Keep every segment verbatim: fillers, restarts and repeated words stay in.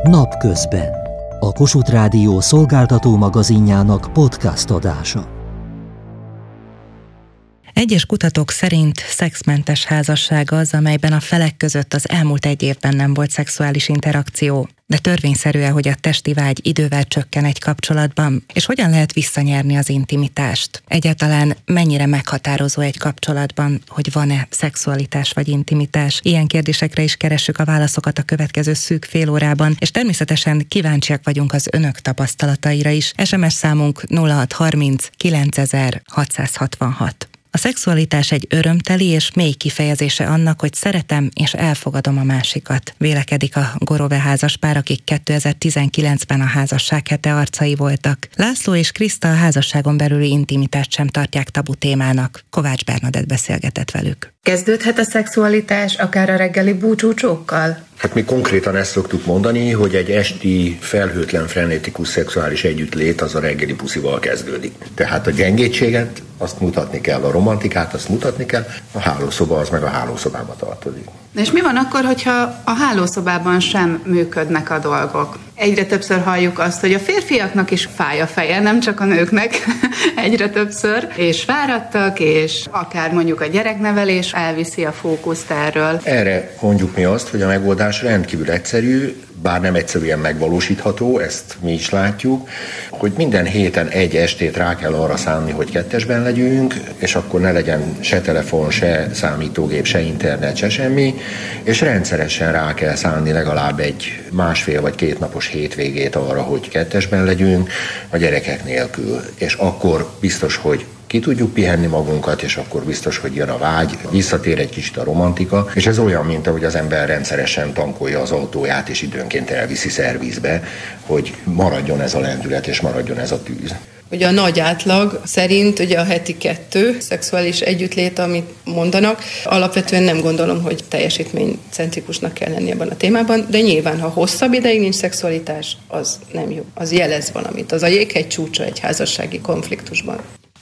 Napközben. A Kossuth Rádió szolgáltató magazinjának podcast adása. Egyes kutatók szerint szexmentes házasság az, amelyben a felek között az elmúlt egy évben nem volt szexuális interakció. De törvényszerű-e, hogy a testi vágy idővel csökken egy kapcsolatban? És hogyan lehet visszanyerni az intimitást? Egyáltalán mennyire meghatározó egy kapcsolatban, hogy van-e szexualitás vagy intimitás? Ilyen kérdésekre is keressük a válaszokat a következő szűk fél órában, és természetesen kíváncsiak vagyunk az önök tapasztalataira is. es em es számunk nulla hat harminc kilencezer hatszázhatvanhat. A szexualitás egy örömteli és mély kifejezése annak, hogy szeretem és elfogadom a másikat. Vélekedik a Gorove házaspár, akik kétezer-tizenkilencben a házasság hete arcai voltak. László és Kriszta a házasságon belüli intimitást sem tartják tabu témának. Kovács Bernadett beszélgetett velük. Kezdődhet a szexualitás akár a reggeli búcsúcsókkal? Hát mi konkrétan ezt szoktuk mondani, hogy egy esti felhőtlen frenetikus szexuális együttlét az a reggeli puszival kezdődik. Tehát a gyengétséget azt mutatni kell, a romantikát azt mutatni kell, a hálószoba az meg a hálószobába tartozik. És mi van akkor, hogyha a hálószobában sem működnek a dolgok? Egyre többször halljuk azt, hogy a férfiaknak is fáj a feje, nem csak a nőknek, egyre többször, és fáradtak, és akár mondjuk a gyereknevelés elviszi a fókuszt erről. Erre mondjuk mi azt, hogy a megoldás rendkívül egyszerű, bár nem egyszerűen megvalósítható, ezt mi is látjuk, hogy minden héten egy estét rá kell arra szánni, hogy kettesben legyünk, és akkor ne legyen se telefon, se számítógép, se internet, se semmi, és rendszeresen rá kell szánni legalább egy másfél vagy két napos hétvégét arra, hogy kettesben legyünk a gyerekek nélkül. És akkor biztos, hogy ki tudjuk pihenni magunkat, és akkor biztos, hogy jön a vágy, visszatér egy kicsit a romantika, és ez olyan, mint ahogy az ember rendszeresen tankolja az autóját, és időnként elviszi szervizbe, hogy maradjon ez a lendület, és maradjon ez a tűz. Ugye a nagy átlag szerint ugye a heti kettő szexuális együttlét, amit mondanak, alapvetően nem gondolom, hogy teljesítménycentrikusnak kell lenni ebben a témában, de nyilván, ha hosszabb ideig nincs szexualitás, az nem jó. Az jelez valamit. Az a jéghegy csúcsa egy házassági konfliktusban.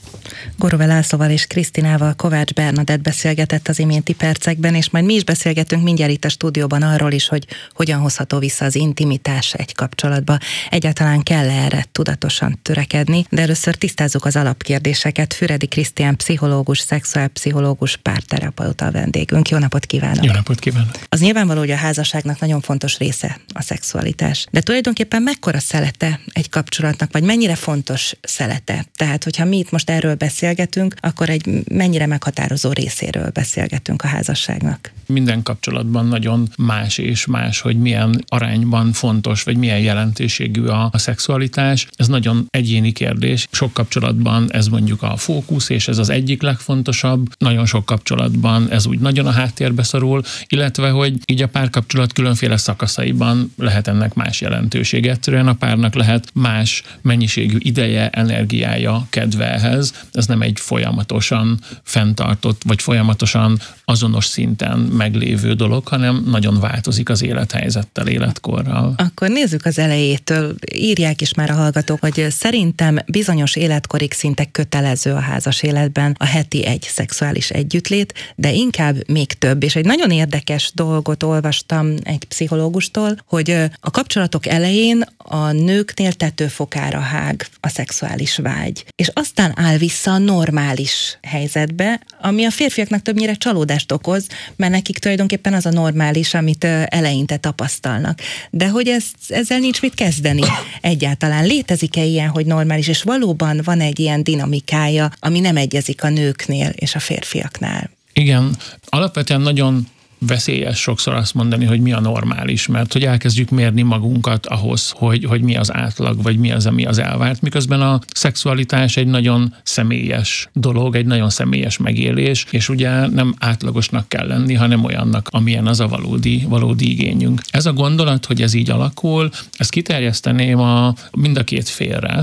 Gorove Lászlóval és Krisztinával Kovács Bernadett beszélgetett az iménti percekben, és majd mi is beszélgetünk mindjárt itt a stúdióban arról is, hogy hogyan hozható vissza az intimitás egy kapcsolatba. Egyáltalán kell erre tudatosan törekedni, de először tisztázzuk az alapkérdéseket. Füredi Krisztián pszichológus, szexuálpszichológus, párterapeuta a vendégünk. Jó napot kívánok! Jó napot kívánok! Az nyilvánvaló, hogy a házasságnak nagyon fontos része a szexualitás. De tulajdonképpen mekkora szelete egy kapcsolatnak, vagy mennyire fontos szelete? Tehát, hogyha mi itt most erről beszélgetünk, akkor egy mennyire meghatározó részéről beszélgetünk a házasságnak. Minden kapcsolatban nagyon más és más, hogy milyen arányban fontos, vagy milyen jelentőségű a, a szexualitás. Ez nagyon egyéni kérdés. Sok kapcsolatban ez mondjuk a fókusz, és ez az egyik legfontosabb. Nagyon sok kapcsolatban ez úgy nagyon a háttérbe szorul, illetve, hogy így a párkapcsolat különféle szakaszaiban lehet ennek más jelentősége. Egyszerűen a párnak lehet más mennyiségű ideje, energiája, kedve ehhez. Ez nem egy folyamatosan fenntartott, vagy folyamatosan azonos szinten meglévő dolog, hanem nagyon változik az élethelyzettel, életkorral. Akkor nézzük az elejétől. Írják is már a hallgatók, hogy szerintem bizonyos életkorig szinte kötelező a házas életben a heti egy szexuális együttlét, de inkább még több. És egy nagyon érdekes dolgot olvastam egy pszichológustól, hogy a kapcsolatok elején a nőknél tetőfokára hág a szexuális vágy. És aztán áll vissza a normális helyzetbe, ami a férfiaknak többnyire csalódást okoz, mert nekik tulajdonképpen az a normális, amit eleinte tapasztalnak. De hogy ez, ezzel nincs mit kezdeni egyáltalán. Létezik-e ilyen, hogy normális, és valóban van egy ilyen dinamikája, ami nem egyezik a nőknél és a férfiaknál? Igen, alapvetően nagyon veszélyes sokszor azt mondani, hogy mi a normális, mert hogy elkezdjük mérni magunkat ahhoz, hogy, hogy mi az átlag, vagy mi az, ami az elvárt, miközben a szexualitás egy nagyon személyes dolog, egy nagyon személyes megélés, és ugye nem átlagosnak kell lenni, hanem olyannak, amilyen az a valódi, valódi igényünk. Ez a gondolat, hogy ez így alakul, ezt kiterjeszteném a, mind a két félre,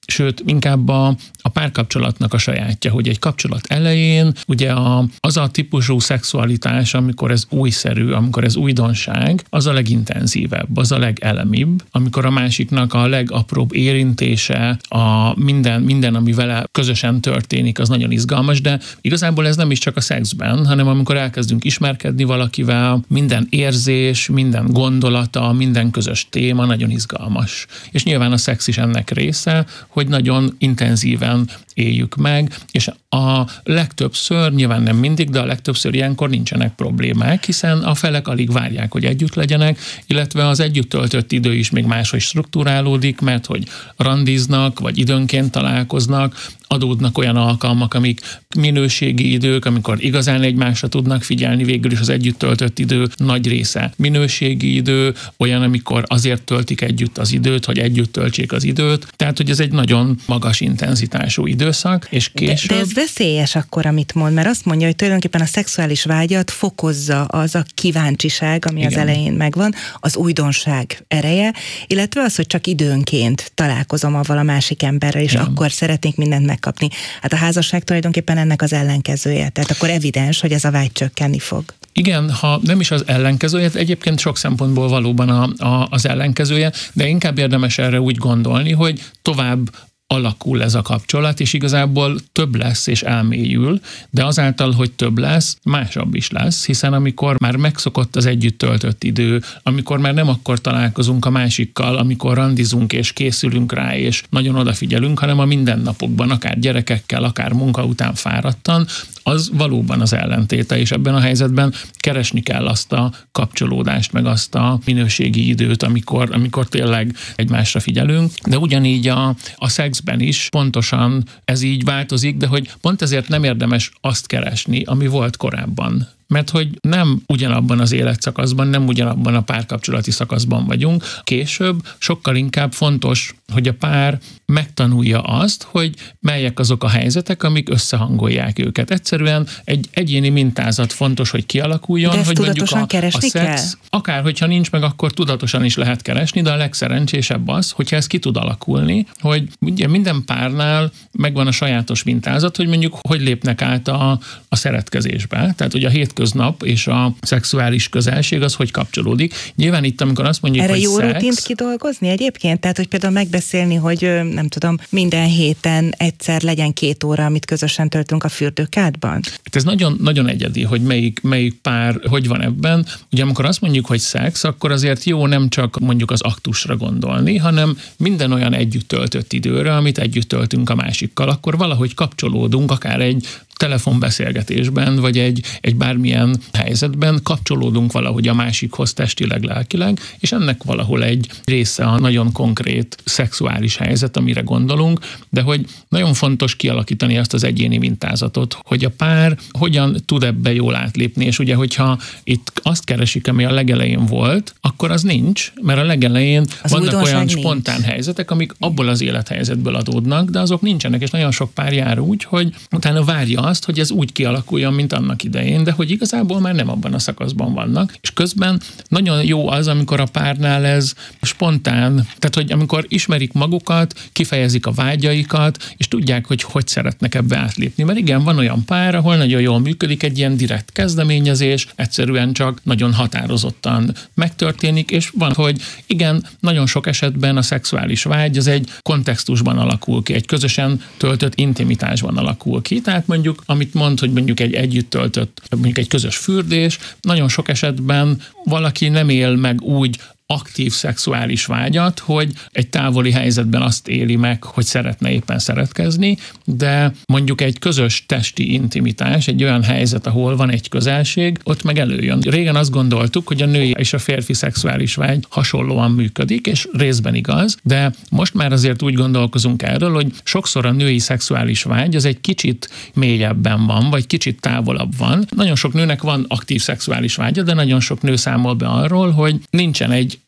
sőt, inkább a, a párkapcsolatnak a sajátja, hogy egy kapcsolat elején ugye a, az a típusú szexualitás, amikor ez újszerű, amikor ez újdonság, az a legintenzívebb, az a legelemibb, amikor a másiknak a legapróbb érintése, a minden, minden, ami vele közösen történik, az nagyon izgalmas, de igazából ez nem is csak a szexben, hanem amikor elkezdünk ismerkedni valakivel, minden érzés, minden gondolata, minden közös téma nagyon izgalmas. És nyilván a szex is ennek része, hogy nagyon intenzíven éljük meg, és a legtöbbször, nyilván nem mindig, de a legtöbbször ilyenkor nincsenek problémák, hiszen a felek alig várják, hogy együtt legyenek, illetve az együtt töltött idő is még máshogy strukturálódik, mert hogy randiznak, vagy időnként találkoznak, adódnak olyan alkalmak, amik minőségi idők, amikor igazán egymásra tudnak figyelni, végül is az együtt töltött idő nagy része minőségi idő, olyan, amikor azért töltik együtt az időt, hogy együtt töltsék az időt, tehát hogy ez egy nagyon magas intenzitású időszak, és később... De, de ez veszélyes akkor, amit mond, mert azt mondja, hogy tulajdonképpen a szexuális vágyat fokozza az a kíváncsiság, ami Igen. az elején megvan, az újdonság ereje, illetve az, hogy csak időnként találkozom avval a másik emberrel, és Igen. akkor szeretnék mindent megkapni. Hát a házasság tulajdonképpen ennek az ellenkezője, tehát akkor evidens, hogy ez a vágy csökkenni fog. Igen, ha nem is az ellenkezője, egyébként sok szempontból valóban a, a, az ellenkezője, de inkább érdemes erre úgy gondolni, hogy tovább alakul ez a kapcsolat, és igazából több lesz és elmélyül, de azáltal, hogy több lesz, másabb is lesz, hiszen amikor már megszokott az együtt töltött idő, amikor már nem akkor találkozunk a másikkal, amikor randizunk és készülünk rá, és nagyon odafigyelünk, hanem a mindennapokban, akár gyerekekkel, akár munka után fáradtan, az valóban az ellentéte, és ebben a helyzetben keresni kell azt a kapcsolódást, meg azt a minőségi időt, amikor, amikor tényleg egymásra figyelünk, de ugyanígy a, a szexben is pontosan ez így változik, de hogy pont ezért nem érdemes azt keresni, ami volt korábban. Mert hogy nem ugyanabban az életszakaszban, nem ugyanabban a párkapcsolati szakaszban vagyunk. Később sokkal inkább fontos, hogy a pár megtanulja azt, hogy melyek azok a helyzetek, amik összehangolják őket. Egyszerűen egy egyéni mintázat fontos, hogy kialakuljon. De ezt hogy tudatosan mondjuk a, keresni a szex, kell? Akár, hogyha nincs meg, akkor tudatosan is lehet keresni, de a legszerencsésebb az, hogyha ez ki tud alakulni, hogy ugye minden párnál megvan a sajátos mintázat, hogy mondjuk hogy lépnek át a, a szeretkezésbe. Tehát, hogy a hétköznap és a szexuális közelség az hogy kapcsolódik. Nyilván itt, amikor azt mondjuk, erre hogy jó szex... rutint kidolgozni egyébként? Tehát, hogy például megbeszélni, hogy nem tudom, minden héten egyszer legyen két óra, amit közösen töltünk a fürdőkádban? Ez nagyon, nagyon egyedi, hogy melyik, melyik pár hogy van ebben. Ugye amikor azt mondjuk, hogy szex, akkor azért jó nem csak mondjuk az aktusra gondolni, hanem minden olyan együtt töltött időre, amit együtt töltünk a másikkal, akkor valahogy kapcsolódunk, akár egy telefonbeszélgetésben, vagy egy, egy bármilyen helyzetben kapcsolódunk valahogy a másikhoz testileg, lelkileg, és ennek valahol egy része a nagyon konkrét szexuális helyzet, amire gondolunk, de hogy nagyon fontos kialakítani azt az egyéni mintázatot, hogy a pár hogyan tud ebbe jól átlépni, és ugye, hogyha itt azt keresik, ami a legelején volt, akkor az nincs, mert a legelején az vannak olyan nincs. spontán helyzetek, amik abból az élethelyzetből adódnak, de azok nincsenek, és nagyon sok pár jár úgy, hogy utána várja azt, hogy ez úgy kialakuljon, mint annak idején, de hogy igazából már nem abban a szakaszban vannak. És közben nagyon jó az, amikor a párnál ez spontán, tehát hogy amikor ismerik magukat, kifejezik a vágyaikat, és tudják, hogy hogy szeretnek ebbe átlépni. Mert igen, van olyan pár, ahol nagyon jól működik egy ilyen direkt kezdeményezés, egyszerűen csak nagyon határozottan megtörténik, és van, hogy igen, nagyon sok esetben a szexuális vágy az egy kontextusban alakul ki, egy közösen töltött intimitásban alakul ki. Tehát mondjuk amit mond, hogy mondjuk egy együtt töltött, mondjuk egy közös fürdés, nagyon sok esetben valaki nem él meg úgy aktív szexuális vágyat, hogy egy távoli helyzetben azt éli meg, hogy szeretne éppen szeretkezni, de mondjuk egy közös testi intimitás, egy olyan helyzet, ahol van egy közelség, ott meg előjön. Régen azt gondoltuk, hogy a női és a férfi szexuális vágy hasonlóan működik, és részben igaz, de most már azért úgy gondolkozunk erről, hogy sokszor a női szexuális vágy az egy kicsit mélyebben van, vagy kicsit távolabb van. Nagyon sok nőnek van aktív szexuális vágya, de nagyon sok nő számol be arról, hogy nincsen egy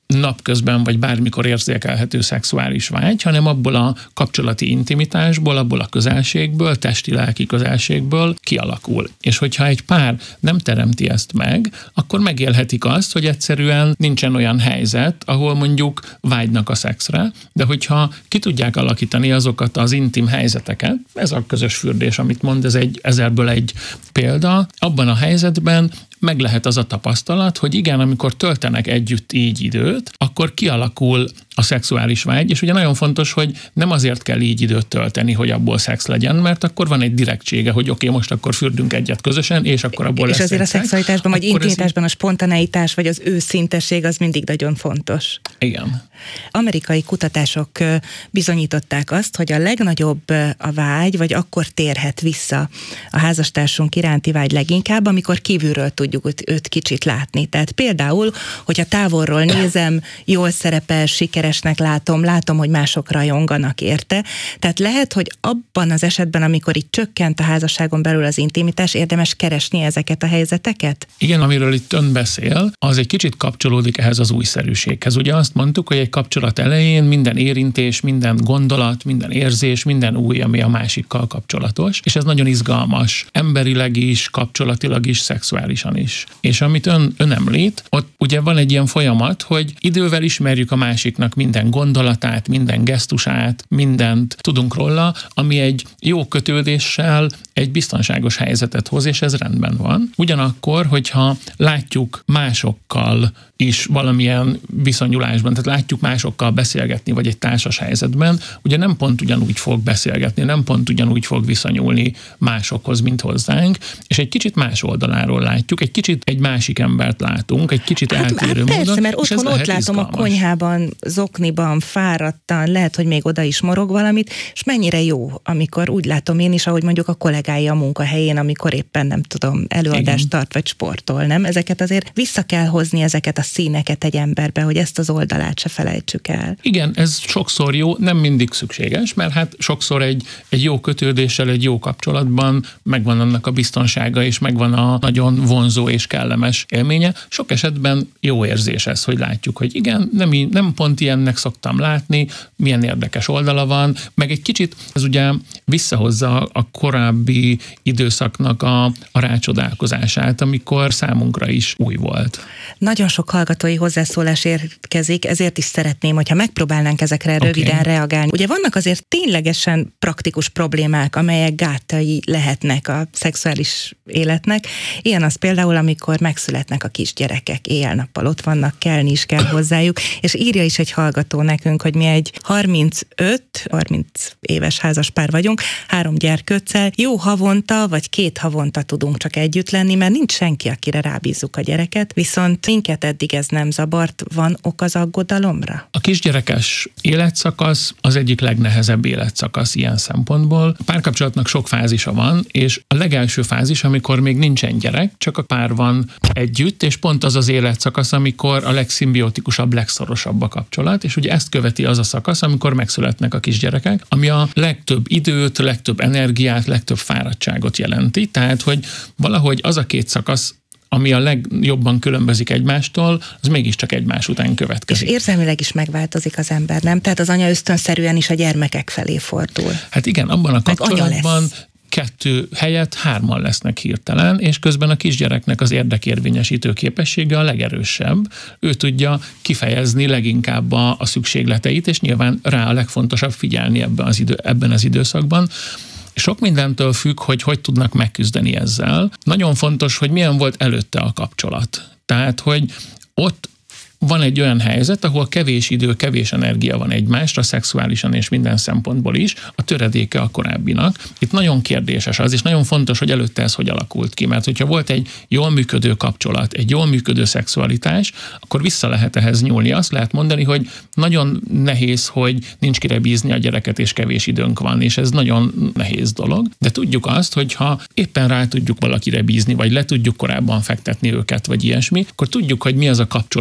napközben vagy bármikor érzékelhető szexuális vágy, hanem abból a kapcsolati intimitásból, abból a közelségből, testi-lelki közelségből kialakul. És hogyha egy pár nem teremti ezt meg, akkor megélhetik azt, hogy egyszerűen nincsen olyan helyzet, ahol mondjuk vágynak a szexre, de hogyha ki tudják alakítani azokat az intim helyzeteket, ez a közös fürdés, amit mond, ez egy ezerből egy példa, abban a helyzetben meg lehet az a tapasztalat, hogy igen, amikor töltenek együtt így időt, akkor kialakul a szexuális vágy, és ugye nagyon fontos, hogy nem azért kell így időt tölteni, hogy abból szex legyen, mert akkor van egy direktsége, hogy oké, okay, most akkor fürdünk egyet közösen, és akkor abból és lesz azért a szex. szexualitásban, vagy intimitásban a spontaneitás, vagy az őszintesség az mindig nagyon fontos. Igen. Amerikai kutatások bizonyították azt, hogy a legnagyobb a vágy, vagy akkor térhet vissza a házastársunk iránti vágy leginkább, amikor kívülről tudjuk őt kicsit látni. Tehát például, hogyha távolról nézem, jól szerepel, sikeresnek látom, látom, hogy mások rajonganak érte. Tehát lehet, hogy abban az esetben, amikor itt csökkent a házasságon belül az intimitás, érdemes keresni ezeket a helyzeteket? Igen, amiről itt ön beszél, az egy kicsit kapcsolódik ehhez az újszerűséghez. Ugye azt mondtuk, hogy egy kapcsolat elején minden érintés, minden gondolat, minden érzés, minden új, ami a másikkal kapcsolatos, és ez nagyon izgalmas, emberileg is, kapcsolatilag is, szexuálisan is. És amit ön, ön említ, ott ugye van egy ilyen folyamat, hogy idővel ismerjük a másiknak minden gondolatát, minden gesztusát, mindent tudunk róla, ami egy jó kötődéssel egy biztonságos helyzetet hoz, és ez rendben van. Ugyanakkor, hogyha látjuk másokkal is valamilyen viszonyulásban, tehát látjuk másokkal beszélgetni, vagy egy társas helyzetben, ugye nem pont ugyanúgy fog beszélgetni, nem pont ugyanúgy fog viszonyulni másokhoz, mint hozzánk, és egy kicsit más oldaláról látjuk, egy kicsit egy másik embert látunk, egy kicsit hát, eltérő hát módon. Persze, mert otthon ott látom izgalmas. A konyhában, zokniban, fáradtan, lehet, hogy még oda is morog valamit, és mennyire jó, amikor úgy látom én is, ahogy mondjuk a kollégái a munkahelyén, amikor éppen nem tudom, előadást Igen. tart, vagy sportol, nem? Ezeket azért vissza kell hozni, ezeket a színeket egy emberbe, hogy ezt az oldalát se felejtsük el. Igen, ez sokszor jó, nem mindig szükséges, mert hát sokszor egy, egy jó kötődéssel, egy jó kapcsolatban megvan annak a biztonsága, és megvan a nagyon vonzó és kellemes élménye. Sok esetben jó érzés ez, hogy látjuk, hogy igen, nem, nem pont ilyennek szoktam látni, milyen érdekes oldala van, meg egy kicsit ez ugye visszahozza a korábbi időszaknak a, a rácsodálkozását, amikor számunkra is új volt. Nagyon sok hallgatói hozzászólás érkezik, ezért is szeretném, hogyha megpróbálnánk ezekre okay. röviden reagálni. Ugye vannak azért ténylegesen praktikus problémák, amelyek gátai lehetnek a szexuális életnek. Ilyen az például, amikor megszületnek a kisgyerekek, éjjel-nappal ott vannak, kelni is kell hozzájuk, és írja is egy hallgató nekünk, hogy mi egy harmincöt harminc éves házaspár vagyunk, három gyerkőccel, jó havonta, vagy két havonta tudunk csak együtt lenni, mert nincs senki, akire rábízzuk a gyereket, viszont minket eddig ez nem zavart, van ok az aggodalomra? A kisgyerekes életszakasz az egyik legnehezebb életszakasz ilyen szempontból. A párkapcsolatnak sok fázisa van, és a legelső fázis, amikor még nincsen gyerek, csak a pár van együtt, és pont az az életszakasz, amikor a legszimbiotikusabb, legszorosabb a kapcsolat, és ugye ezt követi az a szakasz, amikor megszületnek a kisgyerekek, ami a legtöbb időt, legtöbb energiát, legtöbb fáradtságot jelenti, tehát hogy valahogy az a két szakasz, ami a legjobban különbözik egymástól, az mégiscsak egymás után következik. És érzelmileg is megváltozik az ember, nem? Tehát az anya ösztönszerűen is a gyermekek felé fordul. Hát igen, abban a kapcsolatban kettő helyett hárman lesznek hirtelen, és közben a kisgyereknek az érdekérvényesítő képessége a legerősebb. Ő tudja kifejezni leginkább a, a szükségleteit, és nyilván rá a legfontosabb figyelni ebben az, idő, ebben az időszakban. Sok mindentől függ, hogy hogy tudnak megküzdeni ezzel. Nagyon fontos, hogy milyen volt előtte a kapcsolat. Tehát, hogy ott van egy olyan helyzet, ahol kevés idő, kevés energia van egymásra, szexuálisan és minden szempontból is, a töredéke a korábbinak. Itt nagyon kérdéses az, és nagyon fontos, hogy előtte ez hogy alakult ki, mert hogyha volt egy jól működő kapcsolat, egy jól működő szexualitás, akkor vissza lehet ehhez nyúlni. Azt lehet mondani, hogy nagyon nehéz, hogy nincs kire bízni a gyereket, és kevés időnk van, és ez nagyon nehéz dolog. De tudjuk azt, hogy ha éppen rá tudjuk valakire bízni, vagy le tudjuk korábban fektetni őket, vagy ilyesmi, akkor tudjuk, hogy mi az a kapcsolati működés,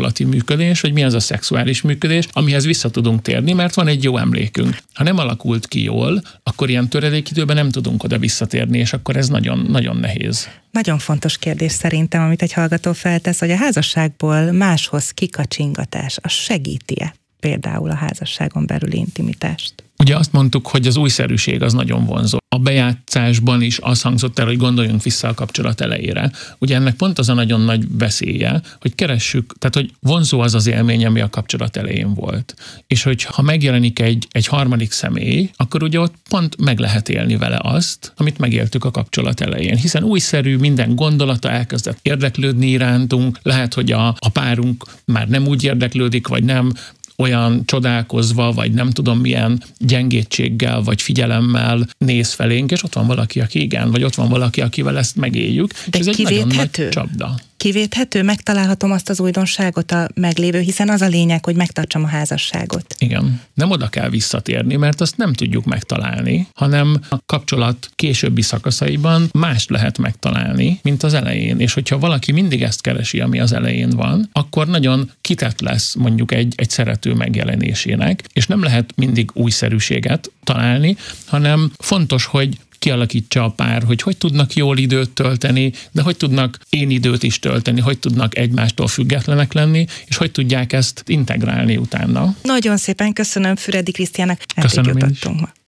működés, vagy mi az a szexuális működés, amihez vissza tudunk térni, mert van egy jó emlékünk. Ha nem alakult ki jól, akkor ilyen töredékidőben nem tudunk oda visszatérni, és akkor ez nagyon, nagyon nehéz. Nagyon fontos kérdés szerintem, amit egy hallgató feltesz, hogy a házasságból máshoz kikacsingatás, az segíti-e például a házasságon belüli intimitást? Ugye azt mondtuk, hogy az újszerűség az nagyon vonzó. A bejátszásban is az hangzott el, hogy gondoljunk vissza a kapcsolat elejére. Ugye ennek pont az a nagyon nagy veszélye, hogy keressük, tehát hogy vonzó az az élmény, ami a kapcsolat elején volt. És hogy ha megjelenik egy, egy harmadik személy, akkor ugye ott pont meg lehet élni vele azt, amit megéltük a kapcsolat elején. Hiszen újszerű, minden gondolata elkezdett érdeklődni irántunk, lehet, hogy a, a párunk már nem úgy érdeklődik, vagy nem olyan csodálkozva, vagy nem tudom milyen gyengétséggel, vagy figyelemmel néz felénk, és ott van valaki, aki igen, vagy ott van valaki, akivel ezt megéljük. De és ez kivéthető? Egy nagyon nagy csapda. Kivéthető, megtalálhatom azt az újdonságot a meglévő, hiszen az a lényeg, hogy megtartsam a házasságot. Igen. Nem oda kell visszatérni, mert azt nem tudjuk megtalálni, hanem a kapcsolat későbbi szakaszaiban mást lehet megtalálni, mint az elején. És hogyha valaki mindig ezt keresi, ami az elején van, akkor nagyon kitett lesz mondjuk egy, egy szerető megjelenésének, és nem lehet mindig újszerűséget találni, hanem fontos, hogy kialakítsa a pár, hogy hogy tudnak jól időt tölteni, de hogy tudnak én időt is tölteni, hogy tudnak egymástól függetlenek lenni, és hogy tudják ezt integrálni utána. Nagyon szépen köszönöm Füredi Krisztiának, eddig Köszönöm jutottunk ma.